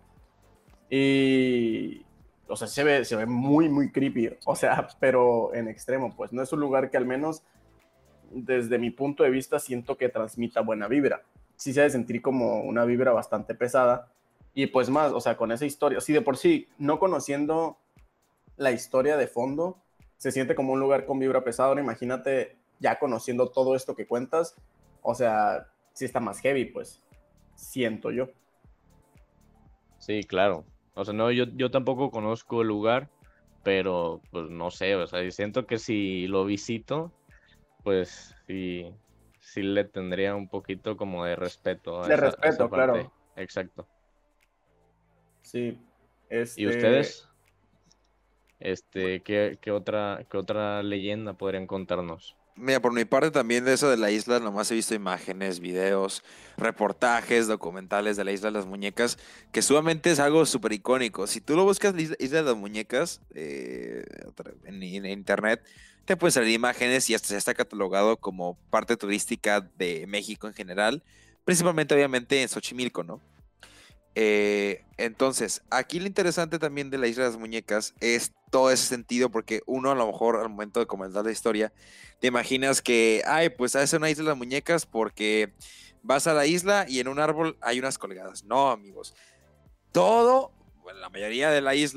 Y, o sea, se ve muy, muy creepy, o sea, pero en extremo, pues no es un lugar que al menos desde mi punto de vista siento que transmita buena vibra. Sí se ha de sentir como una vibra bastante pesada y pues más, o sea, con esa historia, sí de por sí, no conociendo la historia de fondo, se siente como un lugar con vibra pesada. Ahora imagínate ya conociendo todo esto que cuentas, o sea, sí está más heavy, pues, siento yo. Sí, claro. O sea, no, yo tampoco conozco el lugar, pero pues no sé, o sea, y siento que si lo visito, pues sí le tendría un poquito como de respeto De a esa respeto, parte. claro. Exacto. Sí, ¿Y este, ustedes? ¿Qué otra leyenda podrían contarnos? Mira, por mi parte también de eso de la isla, nomás he visto imágenes, videos, reportajes, documentales de la isla de las muñecas, que sumamente es algo súper icónico. Si tú lo buscas, la isla de las muñecas en internet, te pueden salir imágenes y hasta se está catalogado como parte turística de México en general, principalmente obviamente en Xochimilco, ¿no? Entonces, aquí lo interesante también de la Isla de las Muñecas es todo ese sentido, porque uno a lo mejor al momento de comentar la historia, te imaginas que, ay, pues es una Isla de las Muñecas porque vas a la isla y en un árbol hay unas colgadas. No, amigos. Todo, bueno, la mayoría de la isla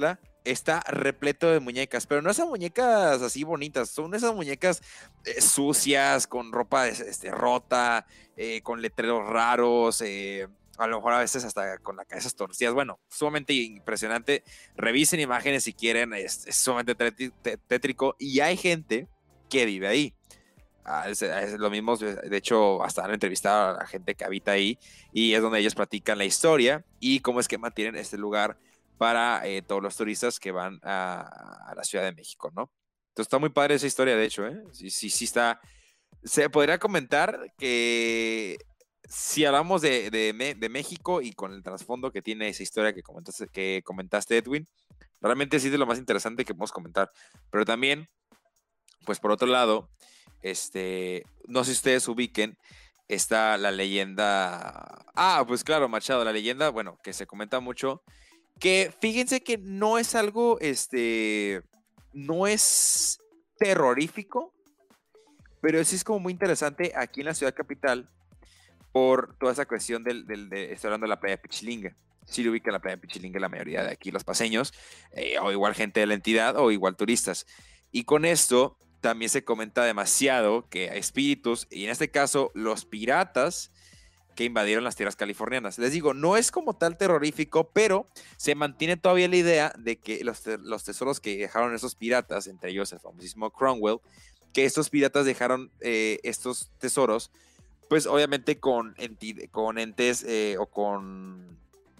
está repleto de muñecas, pero no esas muñecas así bonitas, son esas muñecas sucias, con ropa rota, con letreros raros, a lo mejor a veces hasta con las cabezas torcidas. Bueno, sumamente impresionante. Revisen imágenes si quieren, es sumamente tétrico y hay gente que vive ahí. Es lo mismo, de hecho, hasta han entrevistado a la gente que habita ahí y es donde ellos platican la historia y cómo es que mantienen este lugar para todos los turistas que van a la Ciudad de México, ¿no? Entonces está muy padre esa historia, de hecho, ¿eh? Sí está. Se podría comentar que si hablamos de México y con el trasfondo que tiene esa historia que comentaste, Edwin, realmente sí es de lo más interesante que podemos comentar. Pero también, pues por otro lado, no sé si ustedes ubiquen, está la leyenda. Pues claro, Machado, la leyenda, bueno, que se comenta mucho, que fíjense que no es algo, no es terrorífico, pero sí es como muy interesante aquí en la ciudad capital por toda esa cuestión estoy hablando de la playa Pichilingue. Sí lo ubica la playa Pichilingue la mayoría de aquí, los paseños, o igual gente de la entidad, o igual turistas. Y con esto también se comenta demasiado que hay espíritus, y en este caso los piratas que invadieron las tierras californianas. Les digo, no es como tal terrorífico, pero se mantiene todavía la idea de que los tesoros que dejaron esos piratas, entre ellos el famosísimo Cromwell, que estos piratas dejaron estos tesoros, pues obviamente con entes o con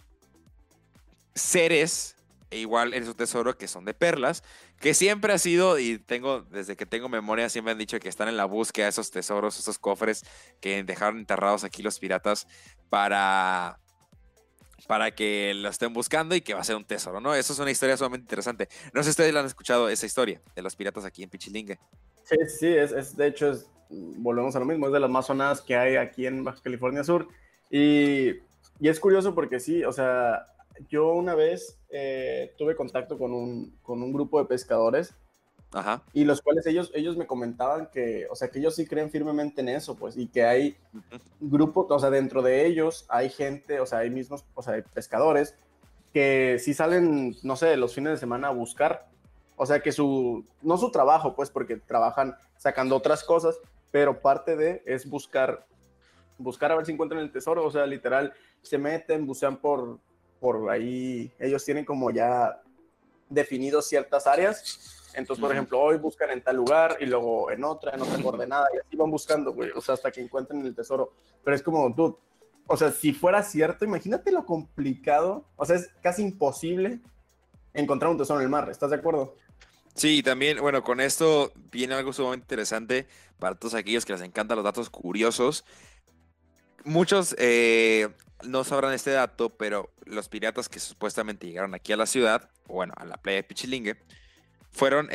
seres, igual en su tesoro, que son de perlas, que siempre ha sido, y desde que tengo memoria, siempre han dicho que están en la búsqueda de esos tesoros, esos cofres que dejaron enterrados aquí los piratas para que lo estén buscando y que va a ser un tesoro, ¿no? Eso es una historia sumamente interesante. No sé si ustedes la han escuchado, esa historia de los piratas aquí en Pichilingue. Sí, de hecho, volvemos a lo mismo, es de las más sonadas que hay aquí en Baja California Sur. Y es curioso porque sí, o sea, yo una vez tuve contacto con un grupo de pescadores. Ajá. Y los cuales ellos me comentaban que, o sea, que ellos sí creen firmemente en eso, pues, y que hay grupos, o sea, dentro de ellos hay gente, o sea, hay mismos, o sea, hay pescadores que sí salen, no sé, los fines de semana a buscar, o sea, que no su trabajo, pues, porque trabajan sacando otras cosas, pero parte de es buscar a ver si encuentran el tesoro, o sea, literal, se meten, bucean por ahí, ellos tienen como ya definidos ciertas áreas. Entonces, por ejemplo, hoy buscan en tal lugar y luego en otra coordenada y así van buscando, güey, o sea, hasta que encuentren el tesoro. Pero es como, dude, o sea, si fuera cierto, imagínate lo complicado, o sea, es casi imposible encontrar un tesoro en el mar, ¿estás de acuerdo? Sí, también, bueno, con esto viene algo sumamente interesante para todos aquellos que les encantan los datos curiosos. Muchos no sabrán este dato, pero los piratas que supuestamente llegaron aquí a la ciudad, o bueno, a la playa de Pichilingue, fueron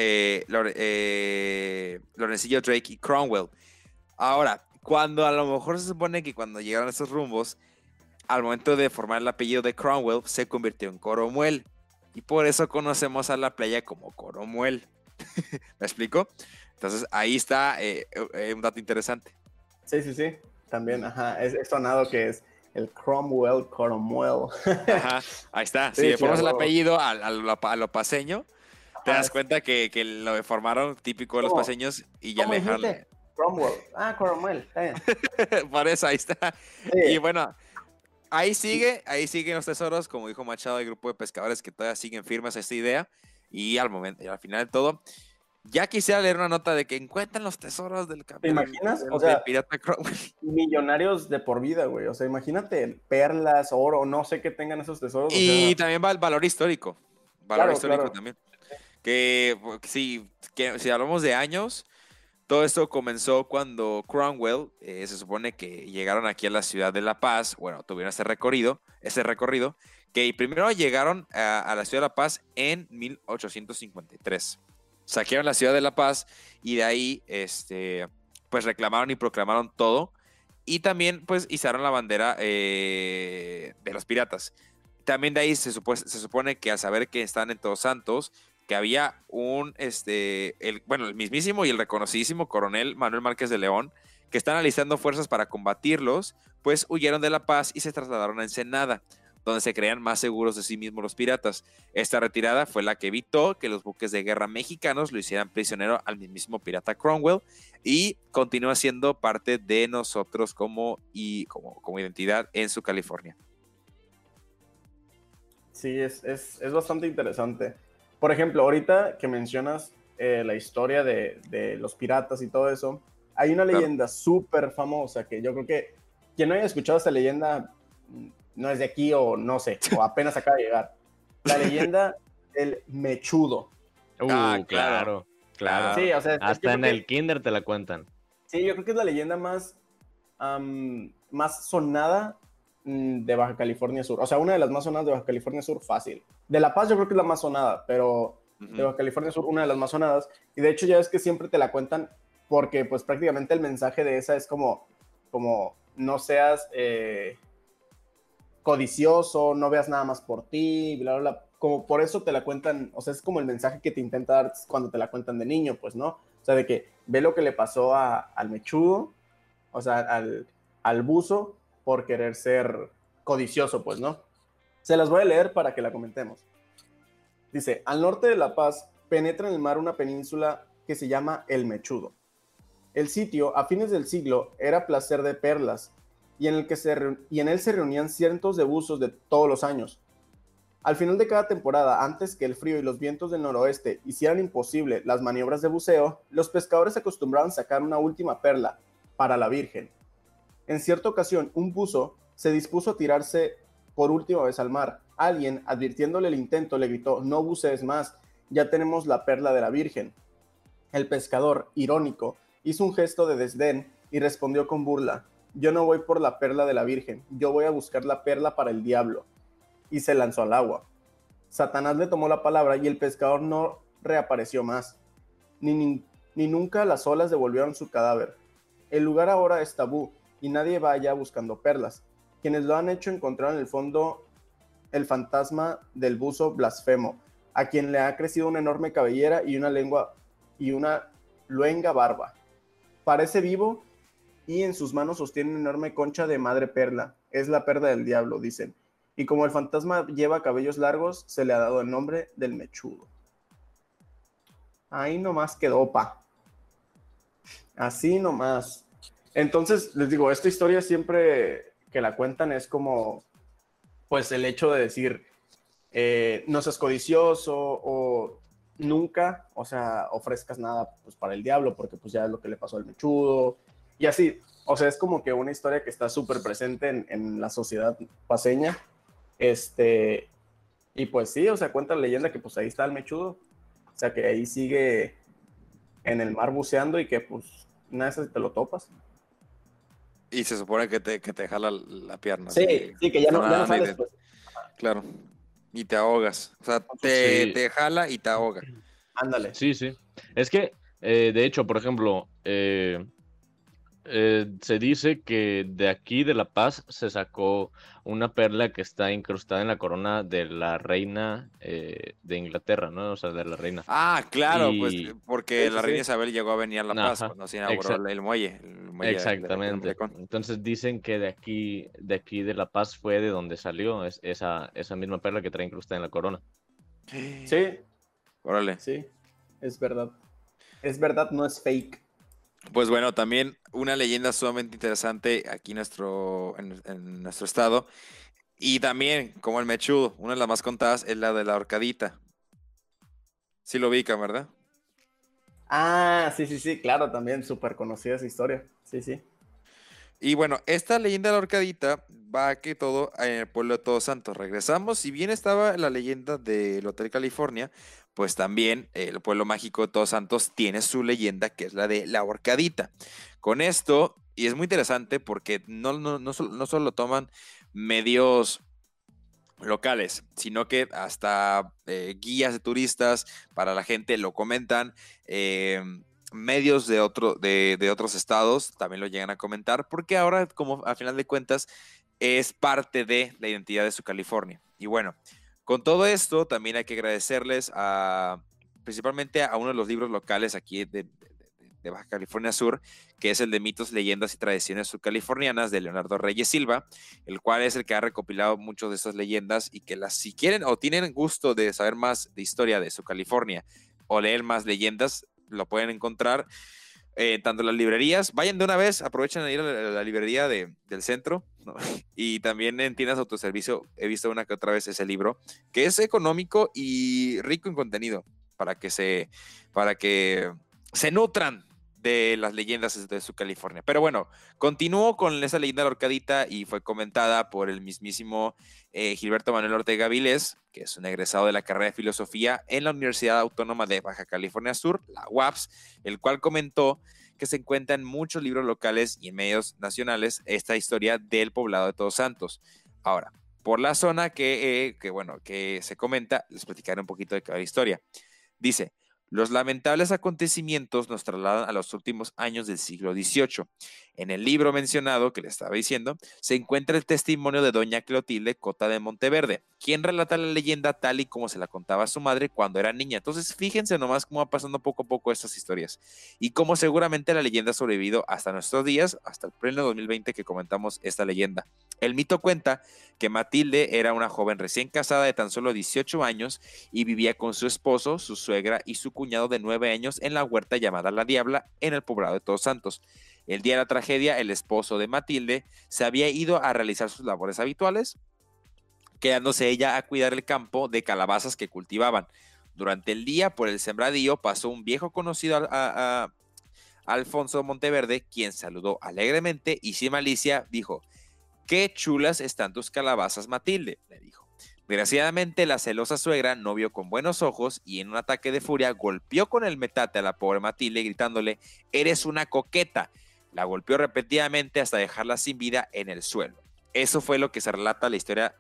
Lorencillo Drake y Cromwell. Ahora, cuando a lo mejor se supone que cuando llegaron a estos rumbos, al momento de formar el apellido de Cromwell, se convirtió en Coromuel. Y por eso conocemos a la playa como Coromuel. ¿Me explico? Entonces, ahí está un dato interesante. Sí, también, ajá, es sonado que es el Cromwell. Ajá, ahí está. Sí, Si le ponemos el claro. apellido a lo paseño, te das cuenta que lo formaron típico de los ¿Cómo? paseños y ya ¿Cómo le dejaron. dijiste? Cromwell. Cromwell, está bien. Por eso ahí está. Sí. Y bueno, ahí siguen los tesoros, como dijo Machado, el grupo de pescadores que todavía siguen firmes a esta idea. Y al final de todo, ya quisiera leer una nota de que encuentran los tesoros del ¿Te imaginas? O sea, pirata Cromwell. millonarios de por vida, güey. O sea, imagínate perlas, oro, no sé qué tengan esos tesoros. Y o sea, también va el valor histórico. claro. También. Que si hablamos de años, todo esto comenzó cuando Cromwell, se supone que llegaron aquí a la ciudad de La Paz, bueno, tuvieron ese recorrido, que primero llegaron a la ciudad de La Paz en 1853. Saquearon la ciudad de La Paz y de ahí, pues reclamaron y proclamaron todo. Y también, pues, izaron la bandera de los piratas. También de ahí se supone que al saber que están en Todos Santos, que había el mismísimo y el reconocidísimo coronel Manuel Márquez de León, que están alistando fuerzas para combatirlos, pues huyeron de La Paz y se trasladaron a Ensenada, donde se creían más seguros de sí mismos los piratas. Esta retirada fue la que evitó que los buques de guerra mexicanos lo hicieran prisionero al mismísimo pirata Cromwell, y continúa siendo parte de nosotros como identidad en su California. Sí, es bastante interesante. Por ejemplo, ahorita que mencionas la historia de los piratas y todo eso, hay una leyenda súper famosa que yo creo que quien no haya escuchado esta leyenda no es de aquí o no sé, o apenas acaba de llegar. La leyenda del mechudo. Claro. Sí, o sea, hasta en el kinder te la cuentan. Sí, yo creo que es la leyenda más sonada de Baja California Sur. O sea, una de las más sonadas de Baja California Sur, fácil. De La Paz yo creo que es la más sonada, pero de Baja California Sur, una de las más sonadas. Y de hecho ya es que siempre te la cuentan porque pues prácticamente el mensaje de esa es como no seas codicioso, no veas nada más por ti, bla, bla, bla. Como por eso te la cuentan, o sea, es como el mensaje que te intenta dar cuando te la cuentan de niño, pues, ¿no? O sea, de que ve lo que le pasó al mechudo, o sea, al buzo, por querer ser codicioso, pues, ¿no? Se las voy a leer para que la comentemos. Dice, al norte de La Paz penetra en el mar una península que se llama El Mechudo. El sitio, a fines del siglo, era placer de perlas, y en él se reunían cientos de buzos de todos los años. Al final de cada temporada, antes que el frío y los vientos del noroeste hicieran imposible las maniobras de buceo, los pescadores acostumbraban sacar una última perla para la Virgen. En cierta ocasión, un buzo se dispuso a tirarse por última vez al mar. Alguien, advirtiéndole el intento, le gritó: "No bucees más, ya tenemos la perla de la Virgen". El pescador, irónico, hizo un gesto de desdén y respondió con burla: "Yo no voy por la perla de la Virgen, yo voy a buscar la perla para el diablo". Y se lanzó al agua. Satanás le tomó la palabra y el pescador no reapareció más. Ni nunca las olas devolvieron su cadáver. El lugar ahora es tabú y nadie va allá buscando perlas. Quienes lo han hecho encontraron en el fondo el fantasma del buzo blasfemo, a quien le ha crecido una enorme cabellera y una luenga barba. Parece vivo y en sus manos sostiene una enorme concha de madre perla. Es la perla del diablo, dicen. Y como el fantasma lleva cabellos largos, se le ha dado el nombre del mechudo. Ahí nomás quedó, pa. Así nomás. Entonces, les digo, esta historia siempre que la cuentan es como, pues el hecho de decir, no seas codicioso o nunca, o sea, ofrezcas nada pues para el diablo, porque pues ya es lo que le pasó al mechudo. Y así, o sea, es como que una historia que está súper presente en la sociedad paseña. Y pues sí, o sea, cuenta la leyenda que pues ahí está el mechudo, o sea, que ahí sigue en el mar buceando y que pues nada de eso te lo topas. Y se supone que te jala la pierna. Sí, sí, que ya no sales, pues. Claro, y te ahogas, o sea, te jala y te ahoga. Ándale. Sí. Es que, de hecho, por ejemplo, se dice que de aquí de La Paz se sacó una perla que está incrustada en la corona de la reina de Inglaterra, ¿no? O sea, de la reina. Ah, claro, Y- pues porque Sí, la reina sí. Isabel llegó a venir a La Paz Ajá, cuando se inauguró el muelle. exactamente. Malecón. Entonces dicen que de aquí de La Paz fue de donde salió esa misma perla que trae incrustada en la corona. Sí, Órale. sí, es verdad. Es verdad, no es fake. Pues bueno, también una leyenda sumamente interesante aquí en nuestro estado. Y también, como el mechudo, una de las más contadas es la de la horcadita. Sí lo ubican, ¿verdad? Ah, sí, claro, también súper conocida esa historia. Sí. Y bueno, esta leyenda de la horcadita va que todo en el pueblo de Todos Santos. Regresamos, si bien estaba la leyenda del Hotel California, pues también el pueblo mágico de Todos Santos tiene su leyenda, que es la de la horcadita. Con esto, y es muy interesante porque no solo lo toman medios locales, sino que hasta guías de turistas para la gente lo comentan. Medios de otros estados también lo llegan a comentar, porque ahora, como a final de cuentas, es parte de la identidad de su California. Y bueno, con todo esto, también hay que agradecerles principalmente a uno de los libros locales aquí de de Baja California Sur, que es el de Mitos, Leyendas y Tradiciones Subcalifornianas de Leonardo Reyes Silva, el cual es el que ha recopilado muchas de estas leyendas y que si quieren o tienen gusto de saber más de historia de Subcalifornia o leer más leyendas, lo pueden encontrar tanto en las librerías. Vayan de una vez, aprovechen a ir a la librería del centro, ¿no? Y también en tiendas de autoservicio he visto una que otra vez ese libro, que es económico y rico en contenido para que se nutran de las leyendas de Subcalifornia. Pero bueno, continúo con esa leyenda de la Horcadita y fue comentada por el mismísimo Gilberto Manuel Ortega Vilés, que es un egresado de la carrera de Filosofía en la Universidad Autónoma de Baja California Sur, la UAPS, el cual comentó que se encuentra en muchos libros locales y en medios nacionales esta historia del poblado de Todos Santos. Ahora, por la zona que se comenta, les platicaré un poquito de cada historia. Dice: los lamentables acontecimientos nos trasladan a los últimos años del siglo XVIII. En el libro mencionado, que le estaba diciendo, se encuentra el testimonio de doña Clotilde Cota de Monteverde, quien relata la leyenda tal y como se la contaba a su madre cuando era niña. Entonces, fíjense nomás cómo va pasando poco a poco estas historias y cómo seguramente la leyenda ha sobrevivido hasta nuestros días, hasta el pleno 2020 que comentamos esta leyenda. El mito cuenta que Matilde era una joven recién casada de tan solo 18 años y vivía con su esposo, su suegra y su cuñado de 9 años en la huerta llamada La Diabla, en el poblado de Todos Santos. El día de la tragedia, el esposo de Matilde se había ido a realizar sus labores habituales, quedándose ella a cuidar el campo de calabazas que cultivaban. Durante el día, por el sembradío, pasó un viejo conocido a Alfonso Monteverde, quien saludó alegremente y sin malicia dijo: «Qué chulas están tus calabazas, Matilde», le dijo. Desgraciadamente, la celosa suegra no vio con buenos ojos y en un ataque de furia golpeó con el metate a la pobre Matilde gritándole: «Eres una coqueta». La golpeó repetidamente hasta dejarla sin vida en el suelo. Eso fue lo que se relata la historia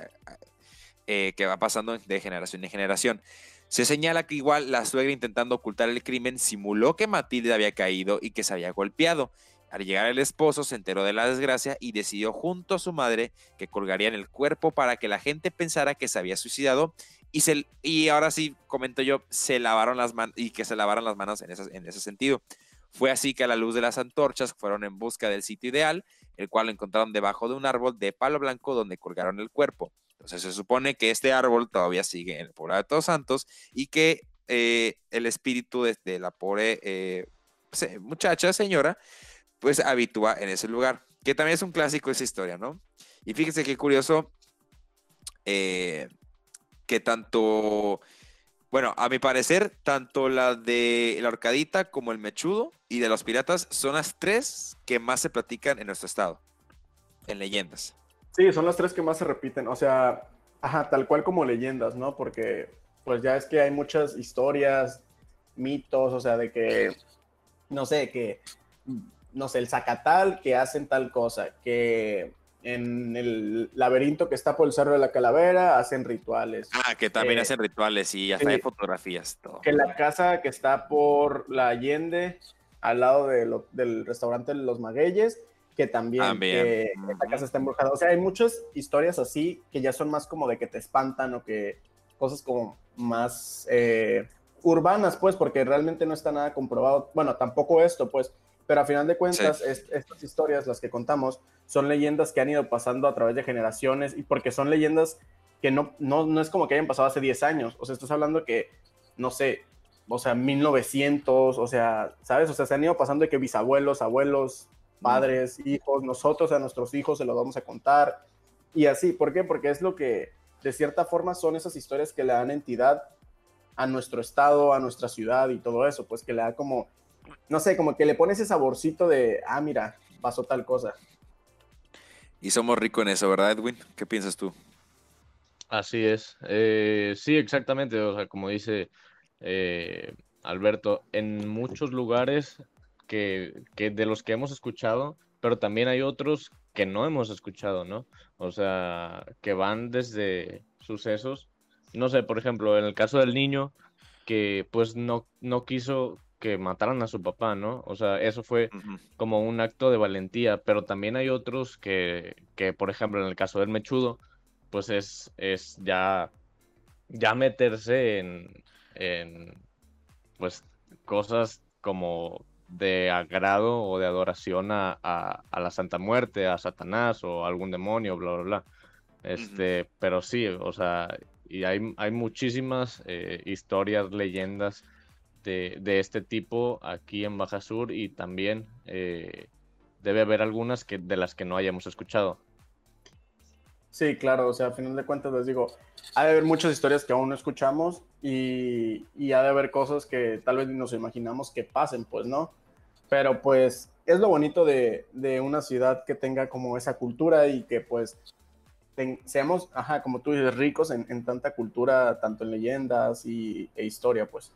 que va pasando de generación en generación. Se señala que igual la suegra, intentando ocultar el crimen, simuló que Matilde había caído y que se había golpeado. Al llegar el esposo se enteró de la desgracia y decidió junto a su madre que colgarían el cuerpo para que la gente pensara que se había suicidado y ahora sí, comento yo, se lavaron las manos y que se lavaran las manos en ese sentido. Fue así que a la luz de las antorchas fueron en busca del sitio ideal, el cual lo encontraron debajo de un árbol de palo blanco donde colgaron el cuerpo. Entonces se supone que este árbol todavía sigue en el poblado de Todos Santos y que el espíritu de la pobre muchacha, señora, pues habitúa en ese lugar, que también es un clásico esa historia, ¿no? Y fíjense qué curioso que tanto, bueno, a mi parecer, tanto la de la Horcadita como el Mechudo y de los piratas son las tres que más se platican en nuestro estado, en leyendas. Sí, son las tres que más se repiten, o sea, ajá, tal cual como leyendas, ¿no? Porque pues ya es que hay muchas historias, mitos, o sea, de que, no sé, el Zacatal que hacen tal cosa, que en el laberinto que está por el Cerro de la Calavera hacen rituales. Ah, que también hacen rituales y hasta sí, hay fotografías, todo. Que la casa que está por la Allende, al lado del restaurante de Los Magueyes, que también. Que la casa está embrujada. O sea, hay muchas historias así que ya son más como de que te espantan o que cosas como más urbanas, pues, porque realmente no está nada comprobado. Bueno, tampoco esto, pues, pero a final de cuentas, sí, estas historias, las que contamos, son leyendas que han ido pasando a través de generaciones y porque son leyendas que no es como que hayan pasado hace 10 años. O sea, estás hablando que, no sé, o sea, 1900, o sea, ¿sabes? O sea, se han ido pasando de que bisabuelos, abuelos, padres, hijos, nosotros a nuestros hijos se los vamos a contar y así. ¿Por qué? Porque es lo que de cierta forma son esas historias que le dan entidad a nuestro estado, a nuestra ciudad y todo eso, pues que le da como, no sé, como que le pone ese saborcito de, mira, pasó tal cosa. Y somos ricos en eso, ¿verdad, Edwin? ¿Qué piensas tú? Así es. Sí, exactamente. O sea, como dice Alberto, en muchos lugares que de los que hemos escuchado, pero también hay otros que no hemos escuchado, ¿no? O sea, que van desde sucesos. No sé, por ejemplo, en el caso del niño que pues no quiso que mataran a su papá, ¿no? O sea, eso fue como un acto de valentía, pero también hay otros que por ejemplo, en el caso del Mechudo, pues es ya meterse en pues cosas como de agrado o de adoración a la Santa Muerte, a Satanás o a algún demonio, bla, bla, bla. Pero sí, o sea, y hay muchísimas historias, leyendas de este tipo aquí en Baja Sur, y también debe haber algunas de las que no hayamos escuchado. Sí, claro, o sea, a final de cuentas les digo, ha de haber muchas historias que aún no escuchamos y ha de haber cosas que tal vez ni nos imaginamos que pasen, pues, ¿no? Pero pues es lo bonito de una ciudad que tenga como esa cultura y que pues seamos, ajá, como tú dices, ricos en tanta cultura, tanto en leyendas e historia, pues.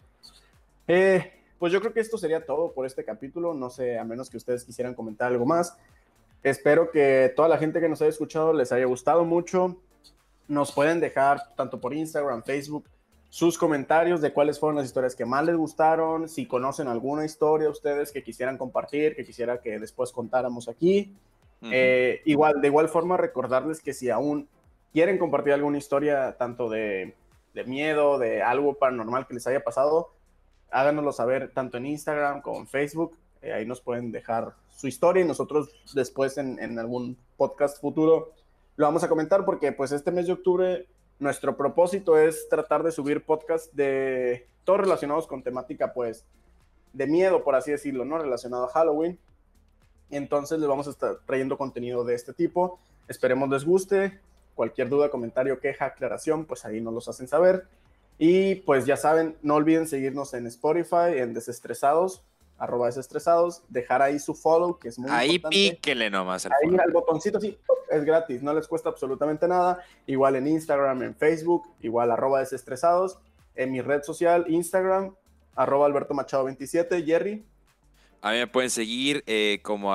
Pues yo creo que esto sería todo por este capítulo, no sé, a menos que ustedes quisieran comentar algo más. Espero que toda la gente que nos haya escuchado les haya gustado mucho. Nos pueden dejar tanto por Instagram, Facebook, sus comentarios de cuáles fueron las historias que más les gustaron, si conocen alguna historia ustedes que quisieran compartir, que quisiera que después contáramos aquí. De igual forma, recordarles que si aún quieren compartir alguna historia, tanto de miedo, de algo paranormal que les haya pasado, háganoslo saber tanto en Instagram como en Facebook. Ahí nos pueden dejar su historia y nosotros después en algún podcast futuro lo vamos a comentar, porque pues este mes de octubre nuestro propósito es tratar de subir podcasts de todos relacionados con temática pues de miedo, por así decirlo, ¿no? Relacionado a Halloween. Entonces les vamos a estar trayendo contenido de este tipo. Esperemos les guste. Cualquier duda, comentario, queja, aclaración, pues ahí nos los hacen saber. Y pues ya saben, no olviden seguirnos en Spotify, en Desestresados, @desestresados, dejar ahí su follow, que es muy importante. Ahí píquele nomás al follow. Ahí al botoncito, sí, es gratis, no les cuesta absolutamente nada. Igual en Instagram, en Facebook, igual @desestresados. En mi red social, Instagram, @AlbertoMachado27. Jerry. A mí me pueden seguir como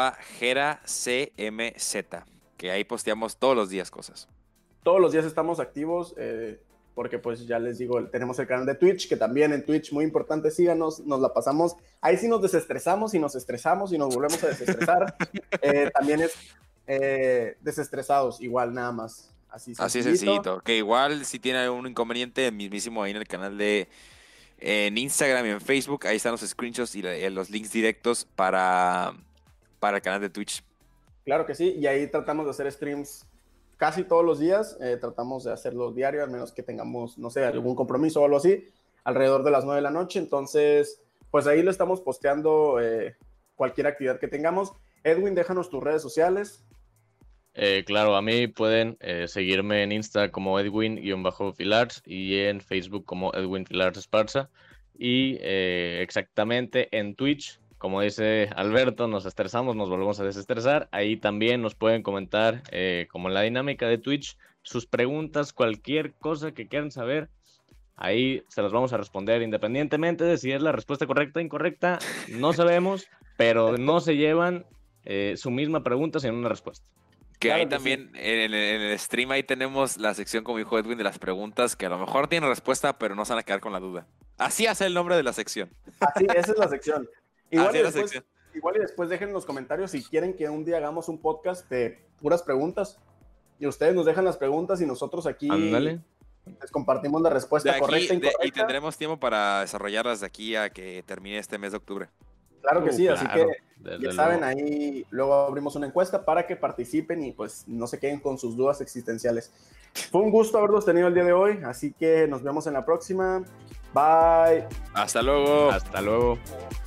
@GeraCMZ, que ahí posteamos todos los días cosas. Todos los días estamos activos, porque pues ya les digo, tenemos el canal de Twitch, que también en Twitch, muy importante, síganos, nos la pasamos, ahí sí nos desestresamos y nos estresamos y nos volvemos a desestresar. También es Desestresados, igual nada más. Así sencillito, que igual si tiene algún inconveniente, mismísimo ahí en el canal en Instagram y en Facebook, ahí están los screenshots y los links directos para el canal de Twitch. Claro que sí, y ahí tratamos de hacer streams casi todos los días, tratamos de hacerlo diario, al menos que tengamos, no sé, algún compromiso o algo así, alrededor de las 9 de la noche. Entonces, pues ahí lo estamos posteando, cualquier actividad que tengamos. Edwin, déjanos tus redes sociales. Claro, a mí pueden seguirme en Insta como Edwin-Filars y en Facebook como Edwin Filars Esparza. Y exactamente en Twitch, como dice Alberto, nos estresamos, nos volvemos a desestresar. Ahí también nos pueden comentar, como en la dinámica de Twitch, sus preguntas, cualquier cosa que quieran saber. Ahí se las vamos a responder independientemente de si es la respuesta correcta o incorrecta. No sabemos, pero no se llevan su misma pregunta sin una respuesta. Que claro ahí que también, sí. en el stream ahí tenemos la sección, como dijo Edwin, de las preguntas que a lo mejor tienen respuesta, pero no se van a quedar con la duda. Así hace el nombre de la sección. Así, esa es la sección. Igual y después dejen en los comentarios si quieren que un día hagamos un podcast de puras preguntas. Y ustedes nos dejan las preguntas y nosotros aquí les compartimos la respuesta correcta e incorrecta. Y tendremos tiempo para desarrollarlas de aquí a que termine este mes de octubre. Claro que sí, claro, así que ya saben, ahí luego abrimos una encuesta para que participen y pues no se queden con sus dudas existenciales. Fue un gusto haberlos tenido el día de hoy, así que nos vemos en la próxima. Bye. Hasta luego. Hasta luego.